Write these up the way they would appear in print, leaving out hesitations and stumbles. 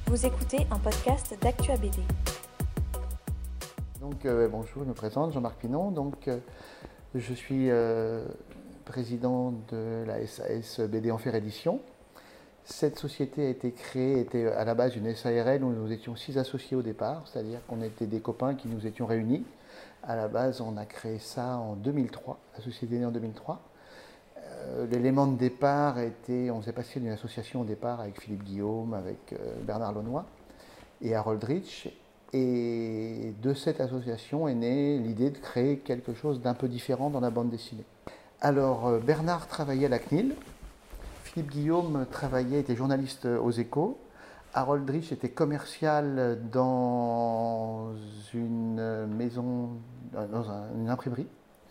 Vous écoutez un podcast d'Actua BD. Bonjour, je me présente, Jean-Marc Pinon. Je suis président de la SAS BD Enfer Édition. Cette société a été créée, était à la base une SARL où nous étions 6 associés au départ, c'est-à-dire qu'on était des copains qui nous étions réunis. À la base, on a créé ça en 2003, la société est née en 2003. L'élément de départ était, on s'est passé d'une association au départ avec Philippe Guillaume, avec Bernard Launois et Harold Rich. Et de cette association est née l'idée de créer quelque chose d'un peu différent dans la bande dessinée. Alors Bernard travaillait à la CNIL, Philippe Guillaume était journaliste aux Échos, Harold Rich était commercial dans une maison, une imprimerie.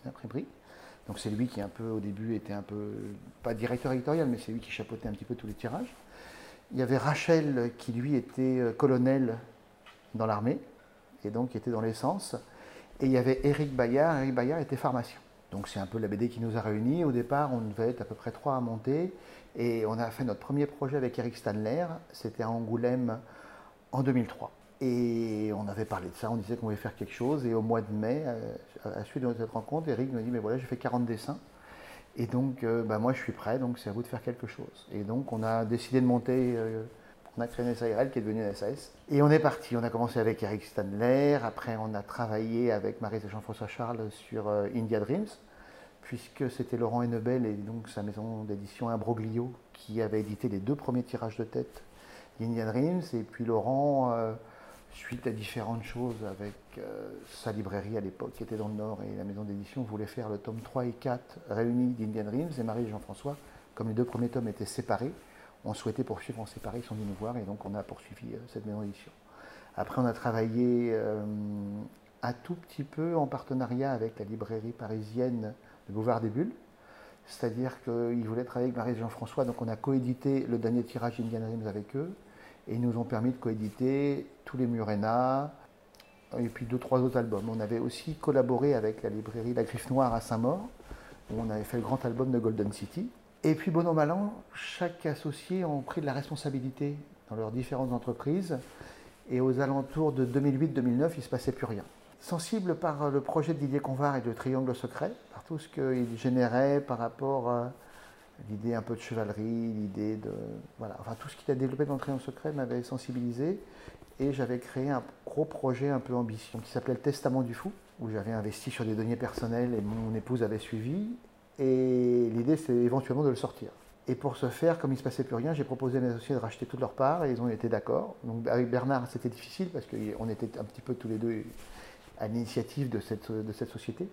Donc c'est lui qui au début était un peu, pas directeur éditorial, mais c'est lui qui chapeautait un petit peu tous les tirages. Il y avait Rachel qui lui était colonel dans l'armée, et donc qui était dans l'essence. Et il y avait Éric Bayard était pharmacien. Donc c'est un peu la BD qui nous a réunis. Au départ, on devait être à peu près 3 à monter, et on a fait notre premier projet avec Eric Stanler, c'était à Angoulême en 2003. Et on avait parlé de ça, on disait qu'on voulait faire quelque chose, et au mois de mai, à la suite de cette rencontre, Eric nous dit, mais voilà, j'ai fait 40 dessins, et donc moi je suis prêt, donc c'est à vous de faire quelque chose. Et donc on a décidé de monter, on a créé une SARL qui est devenue une SAS. Et on est parti, on a commencé avec Eric Stanler, après on a travaillé avec Marie et Jean-François Charles sur India Dreams, puisque c'était Laurent Hennebel et donc sa maison d'édition Imbroglio qui avait édité les 2 premiers tirages de tête d'India Dreams, et puis Laurent, suite à différentes choses avec sa librairie à l'époque qui était dans le Nord et la maison d'édition voulait faire le tome 3 et 4 réunis d'India Dreams, et Marie et Jean-François, comme les 2 premiers tomes étaient séparés, on souhaitait poursuivre en séparé, ils sont venus nous voir, et donc on a poursuivi cette maison d'édition. Après on a travaillé un tout petit peu en partenariat avec la librairie parisienne de Boulevard des Bulles, c'est-à-dire qu'ils voulaient travailler avec Marie et Jean-François, donc on a coédité le dernier tirage d'India Dreams avec eux, et ils nous ont permis de coéditer tous les Murena, et puis 2-3 autres albums. On avait aussi collaboré avec la librairie La Griffe Noire à Saint-Maur, où on avait fait le grand album de Golden City. Et puis bon an mal an, chaque associé a pris de la responsabilité dans leurs différentes entreprises, et aux alentours de 2008-2009, il ne se passait plus rien. Sensible par le projet de Didier Convard et de Triangle Secret, par tout ce qu'il générait par rapport à l'idée un peu de chevalerie, l'idée de... Voilà, enfin tout ce qu'il a développé dans le Triangle Secret m'avait sensibilisé, et j'avais créé un gros projet un peu ambitieux qui s'appelait le Testament du Fou, où j'avais investi sur des données personnelles et mon épouse avait suivi, et l'idée c'est éventuellement de le sortir. Et pour ce faire, comme il ne se passait plus rien, j'ai proposé à mes associés de racheter toutes leurs parts, et ils ont été d'accord. Donc avec Bernard c'était difficile parce qu'on était un petit peu tous les deux à l'initiative de cette société.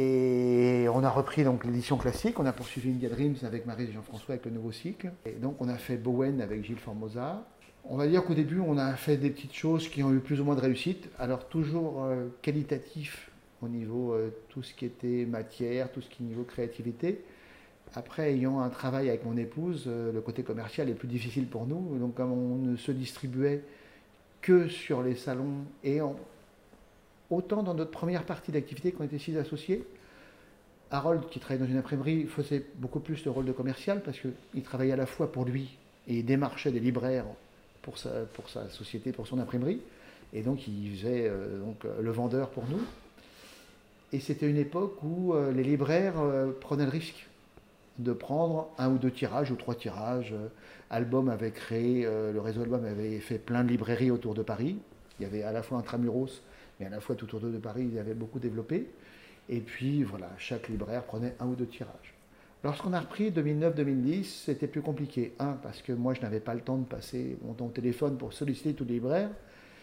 Et on a repris donc l'édition classique, on a poursuivi India Dreams avec Marie et Jean-François avec le nouveau cycle. Et donc on a fait Bowen avec Gilles Formosa. On va dire qu'au début on a fait des petites choses qui ont eu plus ou moins de réussite, alors toujours qualitatif au niveau tout ce qui était matière, tout ce qui est niveau créativité. Après, ayant un travail avec mon épouse, le côté commercial est plus difficile pour nous. Donc comme on ne se distribuait que sur les salons, autant dans notre première partie d'activité qu'on était 6 associés, Harold, qui travaillait dans une imprimerie, faisait beaucoup plus le rôle de commercial parce qu'il travaillait à la fois pour lui et il démarchait des libraires pour sa société, pour son imprimerie. Et donc il faisait le vendeur pour nous. Et c'était une époque où les libraires prenaient le risque de prendre 1 ou 2 tirages ou 3 tirages. Album avait créé, le réseau Album avait fait plein de librairies autour de Paris. Il y avait à la fois Intramuros, mais à la fois tout autour de Paris, il y avait beaucoup développé. Et puis voilà, chaque libraire prenait 1 ou 2 tirages. Lorsqu'on a repris 2009-2010, c'était plus compliqué. Parce que moi, je n'avais pas le temps de passer mon temps au téléphone pour solliciter tous les libraires.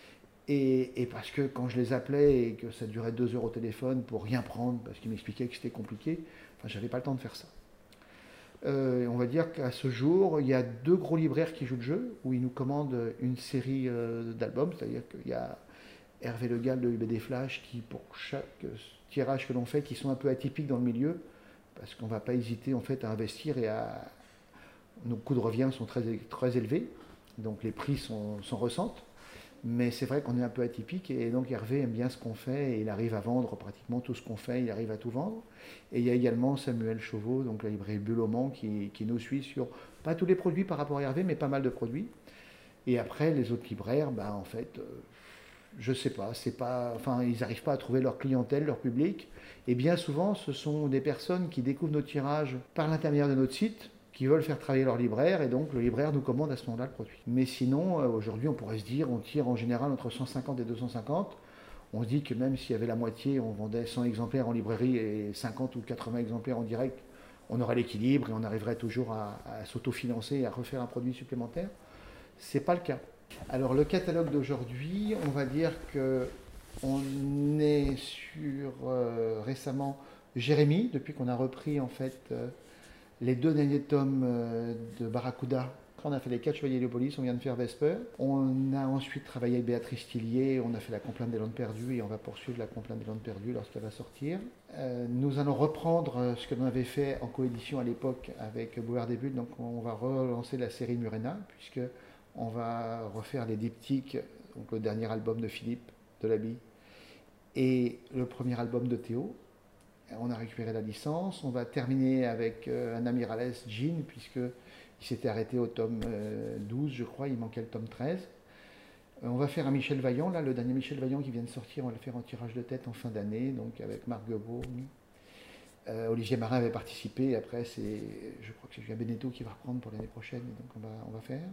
Et parce que quand je les appelais et que ça durait 2 heures au téléphone pour rien prendre, parce qu'ils m'expliquaient que c'était compliqué, j'avais pas le temps de faire ça. On va dire qu'à ce jour, il y a 2 gros libraires qui jouent le jeu, où ils nous commandent une série d'albums, c'est-à-dire qu'il y a Hervé Le Gall de UBD Flash qui, pour chaque tirage que l'on fait, qui sont un peu atypiques dans le milieu, parce qu'on ne va pas hésiter en fait à investir nos coûts de revient sont très, très élevés, donc les prix s'en ressentent. Mais c'est vrai qu'on est un peu atypique, et donc Hervé aime bien ce qu'on fait et il arrive à vendre pratiquement tout ce qu'on fait, il arrive à tout vendre. Et il y a également Samuel Chauveau, donc la librairie Bulle au Mans, qui nous suit sur pas tous les produits par rapport à Hervé, mais pas mal de produits. Et après, les autres libraires, en fait, je sais pas, ils n'arrivent pas à trouver leur clientèle, leur public. Et bien souvent, ce sont des personnes qui découvrent nos tirages par l'intermédiaire de notre site, qui veulent faire travailler leur libraire, et donc le libraire nous commande à ce moment-là le produit. Mais sinon, aujourd'hui, on pourrait se dire, on tire en général entre 150 et 250. On se dit que même s'il y avait la moitié, on vendait 100 exemplaires en librairie et 50 ou 80 exemplaires en direct, on aurait l'équilibre et on arriverait toujours à s'autofinancer et à refaire un produit supplémentaire. Ce n'est pas le cas. Alors le catalogue d'aujourd'hui, on va dire qu'on est sur récemment Jérémie, depuis qu'on a repris en fait les 2 derniers tomes de Barracuda. On a fait les 4 Chevaliers de Police, on vient de faire Vesper. On a ensuite travaillé avec Béatrice Tillier, on a fait la Complainte des Landes Perdues et on va poursuivre la Complainte des Landes Perdues lorsqu'elle va sortir. Nous allons reprendre ce que l'on avait fait en coédition à l'époque avec Bouvard des Bulles, donc on va relancer la série Murena, puisque on va refaire les diptyques, donc le dernier album de Philippe Delaby et le premier album de Théo. On a récupéré la licence. On va terminer avec un Amirales Jean, puisqu'il s'était arrêté au tome 12, je crois, il manquait le tome 13. On va faire un Michel Vaillant, là, le dernier Michel Vaillant qui vient de sortir, on va le faire en tirage de tête en fin d'année, donc avec Marc Gobeau. Olivier Marin avait participé, après je crois que c'est Julien Beneteau qui va reprendre pour l'année prochaine, donc on va faire.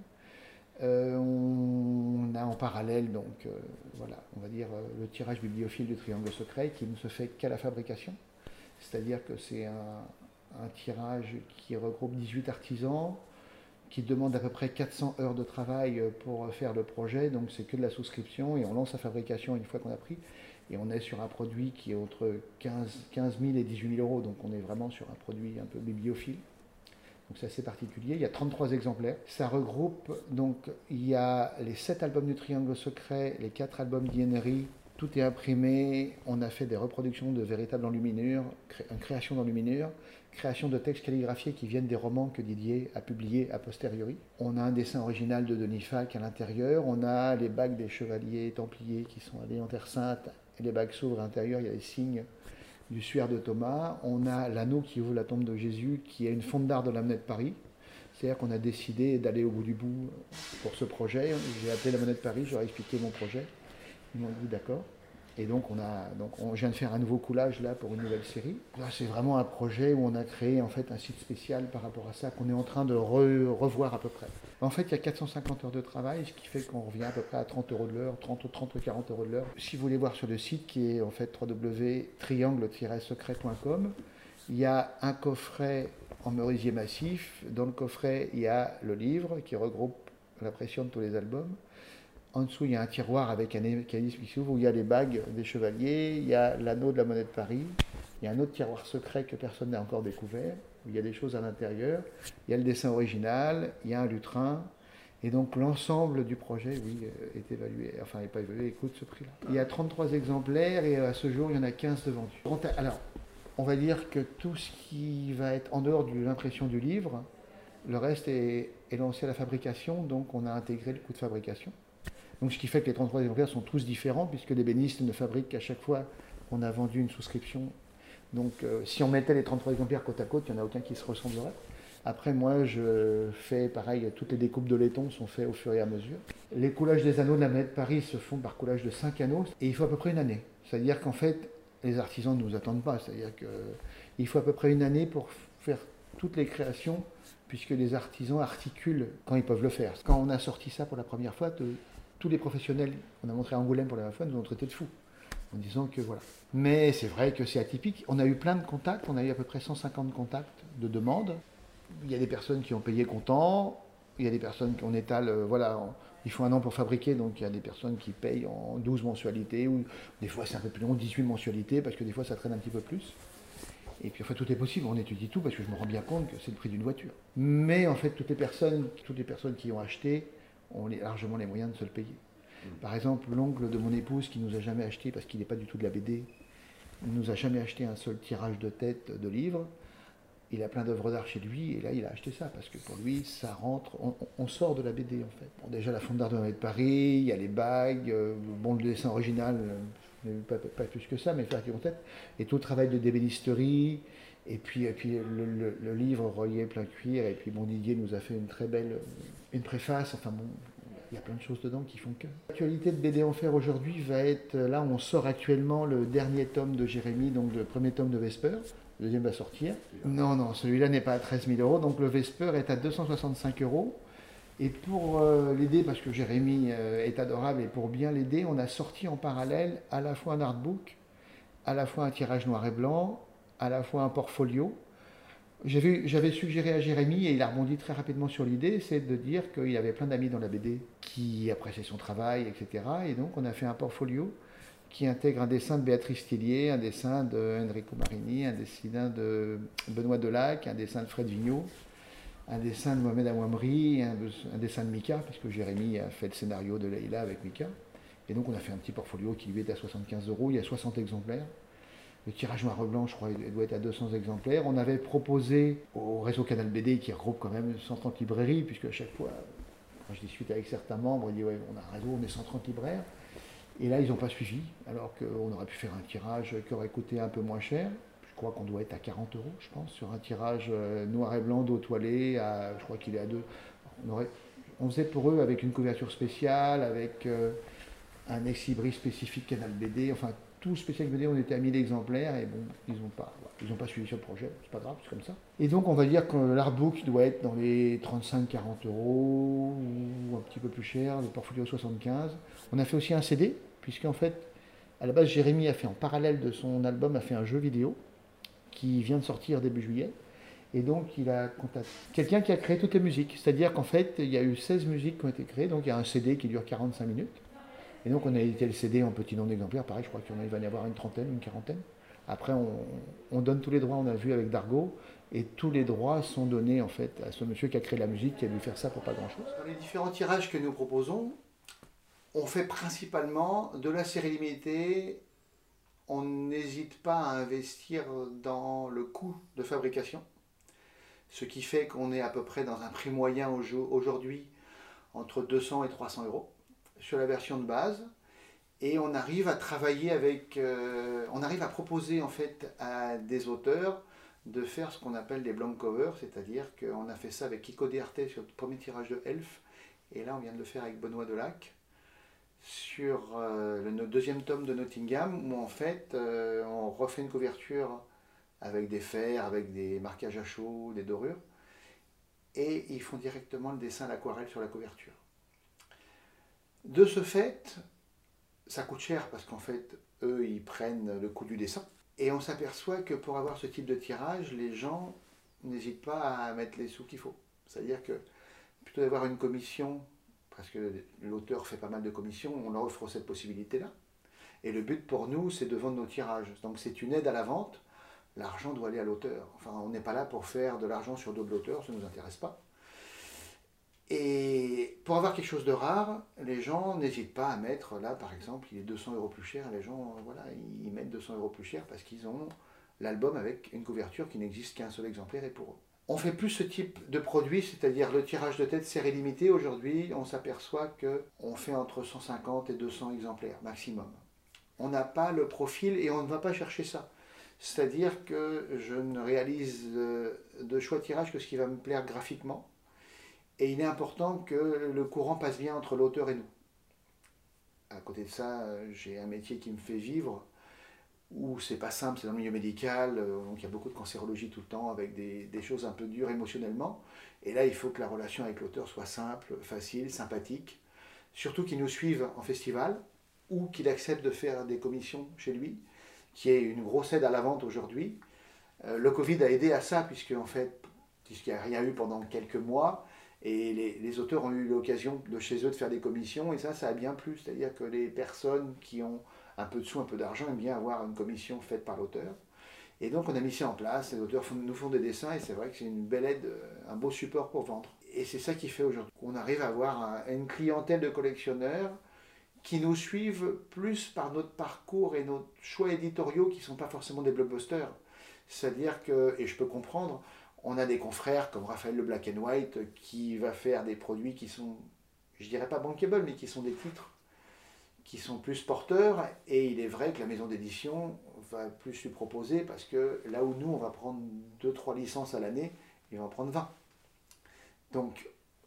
On a en parallèle, donc voilà, on va dire le tirage bibliophile du Triangle Secret qui ne se fait qu'à la fabrication. C'est-à-dire que c'est un tirage qui regroupe 18 artisans, qui demande à peu près 400 heures de travail pour faire le projet, donc c'est que de la souscription et on lance la fabrication une fois qu'on a pris. Et on est sur un produit qui est entre 15 000 et 18 000 euros, donc on est vraiment sur un produit un peu bibliophile. Donc c'est assez particulier, il y a 33 exemplaires. Ça regroupe, donc il y a les 7 albums du Triangle Secret, les 4 albums d'Yennery, tout est imprimé, on a fait des reproductions de véritables enluminures, une création d'enluminures, création de textes calligraphiés qui viennent des romans que Didier a publiés a posteriori. On a un dessin original de Denis Falk à l'intérieur, on a les bagues des chevaliers templiers qui sont allés en Terre Sainte, et les bagues s'ouvrent à l'intérieur, il y a les signes du suaire de Thomas, on a l'anneau qui ouvre la tombe de Jésus, qui est une fonte d'art de la Monnaie de Paris. C'est-à-dire qu'on a décidé d'aller au bout du bout pour ce projet. J'ai appelé la Monnaie de Paris, j'aurais expliqué mon projet. Ils m'ont dit d'accord. Et donc, on vient de faire un nouveau coulage là pour une nouvelle série. Là, c'est vraiment un projet où on a créé en fait un site spécial par rapport à ça qu'on est en train de revoir à peu près. En fait, il y a 450 heures de travail, ce qui fait qu'on revient à peu près à 30 euros de l'heure, 30 ou 40 euros de l'heure. Si vous voulez voir sur le site qui est en fait www.triangle-secret.com, il y a un coffret en merisier massif. Dans le coffret, il y a le livre qui regroupe la pression de tous les albums. En dessous, il y a un tiroir avec un mécanisme qui s'ouvre où il y a les bagues des chevaliers, il y a l'anneau de la Monnaie de Paris, il y a un autre tiroir secret que personne n'a encore découvert, où il y a des choses à l'intérieur, il y a le dessin original, il y a un lutrin, et donc l'ensemble du projet, oui, est évalué, enfin, n'est pas évalué, coûte ce prix-là. Il y a 33 exemplaires et à ce jour, il y en a 15 de vendus. Alors, on va dire que tout ce qui va être en dehors de l'impression du livre, le reste est lancé à la fabrication, donc on a intégré le coût de fabrication. Donc ce qui fait que les 33 exemplaires sont tous différents, puisque les bénistes ne fabriquent qu'à chaque fois qu'on a vendu une souscription. Donc si on mettait les 33 exemplaires côte à côte, il n'y en a aucun qui se ressemblerait. Après, moi, je fais pareil, toutes les découpes de laiton sont faites au fur et à mesure. Les coulages des anneaux de la Monnaie de Paris se font par coulage de 5 anneaux, et il faut à peu près une année. C'est-à-dire qu'en fait, les artisans ne nous attendent pas. C'est-à-dire qu'il faut à peu près une année pour faire toutes les créations, puisque les artisans articulent quand ils peuvent le faire. Quand on a sorti ça pour la première fois, tous les professionnels qu'on a montré à Angoulême pour la première fois nous ont traités de fous, en disant que voilà. Mais c'est vrai que c'est atypique. On a eu plein de contacts, on a eu à peu près 150 contacts de demandes. Il y a des personnes qui ont payé comptant, il y a des personnes qu'on étale, il faut un an pour fabriquer, donc il y a des personnes qui payent en 12 mensualités, ou des fois c'est un peu plus long, 18 mensualités, parce que des fois ça traîne un petit peu plus. Et puis en fait tout est possible, on étudie tout, parce que je me rends bien compte que c'est le prix d'une voiture. Mais en fait toutes les personnes qui ont acheté ont largement les moyens de se le payer. Par exemple, l'oncle de mon épouse qui nous a jamais acheté, parce qu'il n'est pas du tout de la BD, il nous a jamais acheté un seul tirage de tête de livre. Il a plein d'œuvres d'art chez lui, et là il a acheté ça, parce que pour lui, ça rentre, on sort de la BD en fait. Bon, déjà la fonte d'art de la Monnaie de Paris, il y a les bagues, le dessin original, pas plus que ça, mais faire en tête, et tout le travail de d'ébénisterie, et puis le livre relié plein cuir, et puis Didier nous a fait une très belle, une préface, enfin bon, Il y a plein de choses dedans qui font que. L'actualité de BD en fer aujourd'hui va être, là on sort actuellement le dernier tome de Jérémy, donc le premier tome de Vesper, le deuxième va sortir. Non, non, celui-là n'est pas à 13 000 euros, donc le Vesper est à 265 euros. Et pour l'aider, parce que Jérémy est adorable, et pour bien l'aider, on a sorti en parallèle à la fois un artbook, à la fois un tirage noir et blanc, à la fois un portfolio. J'avais suggéré à Jérémy, et il a rebondi très rapidement sur l'idée, c'est de dire qu'il avait plein d'amis dans la BD qui appréciaient son travail, etc. Et donc on a fait un portfolio qui intègre un dessin de Béatrice Tillier, un dessin de Enrico Marini, un dessin de Benoît Delac, un dessin de Fred Vigneault, un dessin de Mohamed Awamri, un dessin de Mika, parce que Jérémy a fait le scénario de Leïla avec Mika. Et donc on a fait un petit portfolio qui lui est à 75 euros, il y a 60 exemplaires. Le tirage noir et blanc, je crois, il doit être à 200 exemplaires. On avait proposé au réseau Canal BD, qui regroupe quand même 130 librairies, puisque à chaque fois, quand je discute avec certains membres, ils disent ouais, on a un réseau, on est 130 libraires. Et là, ils n'ont pas suivi, alors qu'on aurait pu faire un tirage qui aurait coûté un peu moins cher. Je crois qu'on doit être à 40 euros, je pense, sur un tirage noir et blanc d'eau toilée. Je crois qu'il est à 2. On faisait pour eux avec une couverture spéciale, avec un ex-libris spécifique Canal BD, enfin tout spécial BD, on était à 1000 exemplaires et bon, ils n'ont pas suivi sur le projet, c'est pas grave, c'est comme ça. Et donc on va dire que l'artbook doit être dans les 35-40 euros ou un petit peu plus cher, le portfolio 75. On a fait aussi un CD, puisqu'en fait, à la base, Jérémy a fait en parallèle de son album, a fait un jeu vidéo qui vient de sortir début juillet. Et donc, il a contacté quelqu'un qui a créé toutes les musiques. C'est-à-dire qu'en fait, il y a eu 16 musiques qui ont été créées. Donc, il y a un CD qui dure 45 minutes. Et donc, on a édité le CD en petit nombre d'exemplaires. Pareil, je crois qu'il va y en avoir une trentaine, une quarantaine. Après, on donne tous les droits, on a vu avec Dargo. Et tous les droits sont donnés, en fait, à ce monsieur qui a créé la musique, qui a dû faire ça pour pas grand-chose. Dans les différents tirages que nous proposons, on fait principalement de la série limitée. On n'hésite pas à investir dans le coût de fabrication. Ce qui fait qu'on est à peu près dans un prix moyen aujourd'hui entre 200 et 300 euros sur la version de base. Et on arrive à travailler avec, on arrive à proposer en fait à des auteurs de faire ce qu'on appelle des blank covers, c'est-à-dire qu'on a fait ça avec Kiko Diarte sur le premier tirage de Elf, et là on vient de le faire avec Benoît Delac sur le deuxième tome de Nottingham, où en fait on refait une couverture avec des fers, avec des marquages à chaud, des dorures, et ils font directement le dessin à l'aquarelle sur la couverture. De ce fait, ça coûte cher parce qu'en fait, eux, ils prennent le coût du dessin. Et on s'aperçoit que pour avoir ce type de tirage, les gens n'hésitent pas à mettre les sous qu'il faut. C'est-à-dire que plutôt d'avoir une commission, parce que l'auteur fait pas mal de commissions, on leur offre cette possibilité-là. Et le but pour nous, c'est de vendre nos tirages. Donc c'est une aide à la vente. L'argent doit aller à l'auteur. Enfin, on n'est pas là pour faire de l'argent sur dos de l'auteur, ça ne nous intéresse pas. Et pour avoir quelque chose de rare, les gens n'hésitent pas à mettre, là par exemple, il est 200 euros plus cher, les gens, voilà, ils mettent 200 euros plus cher parce qu'ils ont l'album avec une couverture qui n'existe qu'un seul exemplaire et pour eux. On fait plus ce type de produit, c'est-à-dire le tirage de tête série limitée. Aujourd'hui, on s'aperçoit qu'on fait entre 150 et 200 exemplaires maximum. On n'a pas le profil et on ne va pas chercher ça. C'est-à-dire que je ne réalise de choix de tirage que ce qui va me plaire graphiquement. Et il est important que le courant passe bien entre l'auteur et nous. À côté de ça, j'ai un métier qui me fait vivre, où c'est pas simple, c'est dans le milieu médical, donc il y a beaucoup de cancérologie tout le temps, avec des choses un peu dures émotionnellement. Et là, il faut que la relation avec l'auteur soit simple, facile, sympathique. Surtout qu'il nous suive en festival, ou qu'il accepte de faire des commissions chez lui, qui est une grosse aide à la vente aujourd'hui. Le Covid a aidé à ça, puisqu'il n'y a rien eu pendant quelques mois, et les auteurs ont eu l'occasion de chez eux de faire des commissions, et ça a bien plu. C'est-à-dire que les personnes qui ont un peu de sous, un peu d'argent, aiment bien avoir une commission faite par l'auteur. Et donc on a mis ça en place, les auteurs nous font des dessins, et c'est vrai que c'est une belle aide, un beau support pour vendre. Et c'est ça qui fait aujourd'hui qu'on arrive à avoir une clientèle de collectionneurs qui nous suivent plus par notre parcours et nos choix éditoriaux qui ne sont pas forcément des blockbusters. C'est-à-dire que, et je peux comprendre, on a des confrères comme Raphaël le Black and White qui va faire des produits qui sont, je dirais pas bankable, mais qui sont des titres qui sont plus porteurs. Et il est vrai que la maison d'édition va plus lui proposer parce que là où nous, on va prendre 2-3 licences à l'année, il va en prendre 20. Donc,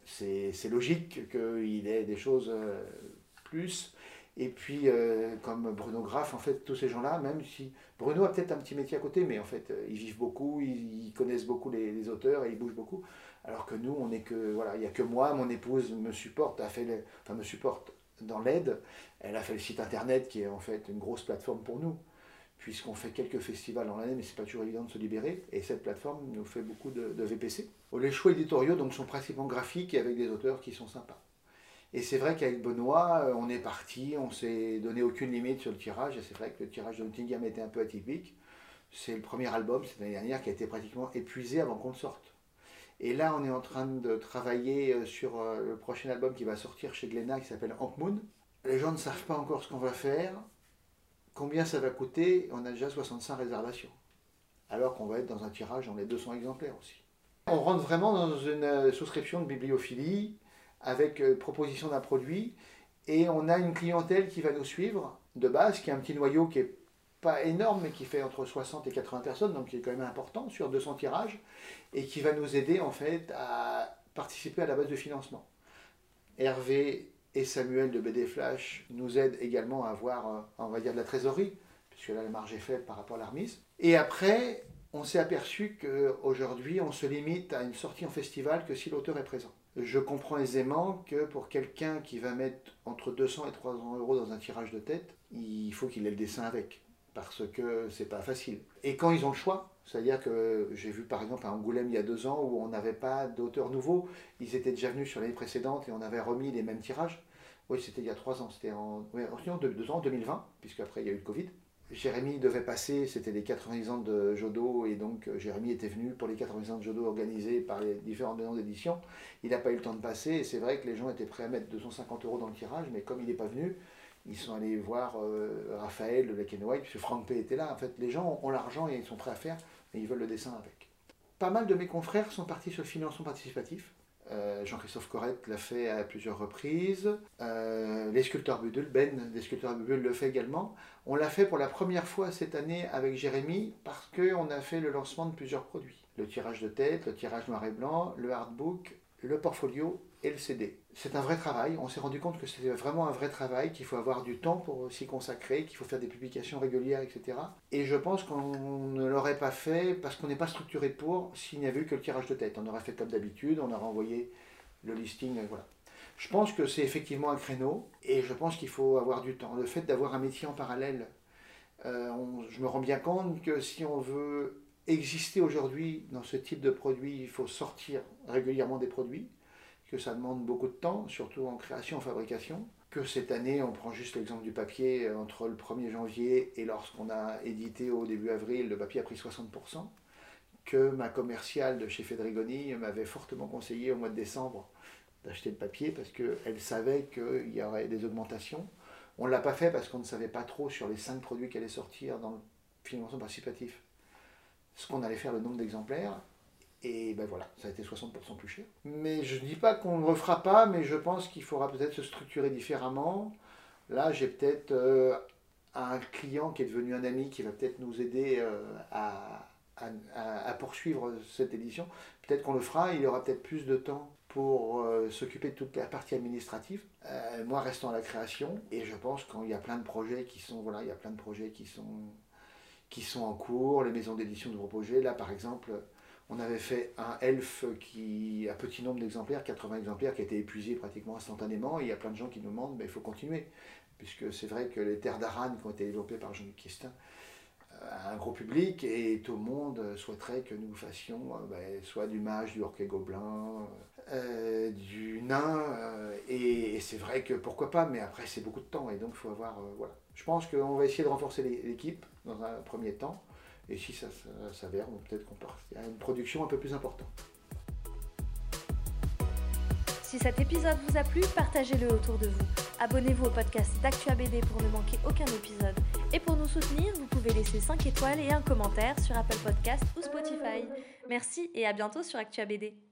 c'est logique qu'il ait des choses plus. Et puis, comme Bruno Graff, en fait, tous ces gens-là, même si Bruno a peut-être un petit métier à côté, mais en fait, ils vivent beaucoup, ils connaissent beaucoup les auteurs et ils bougent beaucoup. Alors que nous, on est que, voilà, il n'y a que moi, mon épouse me supporte, me supporte dans l'aide. Elle a fait le site internet qui est en fait une grosse plateforme pour nous, puisqu'on fait quelques festivals dans l'année, mais c'est pas toujours évident de se libérer. Et cette plateforme nous fait beaucoup de VPC. Les choix éditoriaux donc, sont principalement graphiques et avec des auteurs qui sont sympas. Et c'est vrai qu'avec Benoît, on est parti, on s'est donné aucune limite sur le tirage. Et c'est vrai que le tirage de Nottingham était un peu atypique. C'est le premier album, cette année dernière, qui a été pratiquement épuisé avant qu'on le sorte. Et là, on est en train de travailler sur le prochain album qui va sortir chez Glénat, qui s'appelle Hank Moon. Les gens ne savent pas encore ce qu'on va faire, combien ça va coûter. On a déjà 65 réservations, alors qu'on va être dans un tirage dans les 200 exemplaires aussi. On rentre vraiment dans une souscription de bibliophilie, avec proposition d'un produit, et on a une clientèle qui va nous suivre de base, qui a un petit noyau qui est pas énorme, mais qui fait entre 60 et 80 personnes, donc qui est quand même important sur 200 tirages, et qui va nous aider en fait à participer à la base de financement. Hervé et Samuel de BD Flash nous aident également à avoir, on va dire, de la trésorerie, puisque là la marge est faible par rapport à la remise. Et après, on s'est aperçu qu'aujourd'hui, on se limite à une sortie en festival que si l'auteur est présent. Je comprends aisément que pour quelqu'un qui va mettre entre 200 et 300 euros dans un tirage de tête, il faut qu'il ait le dessin avec, parce que c'est pas facile. Et quand ils ont le choix, c'est-à-dire que j'ai vu par exemple à Angoulême il y a 2 ans où on n'avait pas d'auteur nouveau, ils étaient déjà venus sur l'année précédente et on avait remis les mêmes tirages. Oui, c'était il y a 3 ans, c'était en 2 ans, en 2020, puisque après il y a eu le Covid. Jérémy devait passer, c'était les 90 ans de Jodo, et donc Jérémy était venu pour les 90 ans de Jodo organisés par les différentes maisons d'édition. Il n'a pas eu le temps de passer, et c'est vrai que les gens étaient prêts à mettre 250 euros dans le tirage, mais comme il n'est pas venu, ils sont allés voir Raphaël de Black and White, puisque Franck P était là. En fait, les gens ont l'argent et ils sont prêts à faire, mais ils veulent le dessin avec. Pas mal de mes confrères sont partis sur le financement participatif. Jean-Christophe Corrette l'a fait à plusieurs reprises. Les sculpteurs Budul, Ben des sculpteurs Budul le fait également. On l'a fait pour la première fois cette année avec Jérémy parce qu'on a fait le lancement de plusieurs produits. Le tirage de tête, le tirage noir et blanc, le hardbook, le portfolio et le CD. C'est un vrai travail. On s'est rendu compte que c'était vraiment un vrai travail, qu'il faut avoir du temps pour s'y consacrer, qu'il faut faire des publications régulières, etc. Et je pense qu'on ne l'aurait pas fait parce qu'on n'est pas structuré pour s'il n'y avait eu que le tirage de tête. On aurait fait comme d'habitude, on aurait envoyé le listing, voilà. Je pense que c'est effectivement un créneau et je pense qu'il faut avoir du temps. Le fait d'avoir un métier en parallèle, je me rends bien compte que si on veut exister aujourd'hui dans ce type de produit, il faut sortir régulièrement des produits, que ça demande beaucoup de temps, surtout en création, en fabrication. Que cette année, on prend juste l'exemple du papier, entre le 1er janvier et lorsqu'on a édité au début avril, le papier a pris 60%. Que ma commerciale de chez Fedrigoni m'avait fortement conseillé au mois de décembre d'acheter le papier parce qu'elle savait qu'il y aurait des augmentations. On ne l'a pas fait parce qu'on ne savait pas trop sur les 5 produits qui allaient sortir dans le financement participatif ce qu'on allait faire, le nombre d'exemplaires. Et ben voilà, ça a été 60% plus cher. Mais je ne dis pas qu'on ne le refera pas, mais je pense qu'il faudra peut-être se structurer différemment. Là, j'ai peut-être un client qui est devenu un ami qui va peut-être nous aider à poursuivre cette édition. Peut-être qu'on le fera, il aura peut-être plus de temps pour s'occuper de toute la partie administrative. Moi, restant à la création, et je pense qu'il y a plein de projets qui sont, voilà, il y a plein de projets qui sont en cours, les maisons d'édition de gros projets. Là, par exemple, on avait fait un elfe à petit nombre d'exemplaires, 80 exemplaires, qui a été épuisé pratiquement instantanément. Et il y a plein de gens qui nous demandent, mais il faut continuer. Puisque c'est vrai que les terres d'Aran, qui ont été développées par Jean-Luc Questin, un gros public, et tout le monde souhaiterait que nous fassions soit du mage, du orc et gobelin, du nain, et c'est vrai que pourquoi pas, mais après c'est beaucoup de temps, et donc il faut avoir, voilà. Je pense qu'on va essayer de renforcer l'équipe dans un premier temps, et si ça s'avère, peut-être qu'on part à une production un peu plus importante. Si cet épisode vous a plu, partagez-le autour de vous. Abonnez-vous au podcast d'ActuABD pour ne manquer aucun épisode. Et pour nous soutenir, vous pouvez laisser 5 étoiles et un commentaire sur Apple Podcasts ou Spotify. Merci et à bientôt sur ActuABD.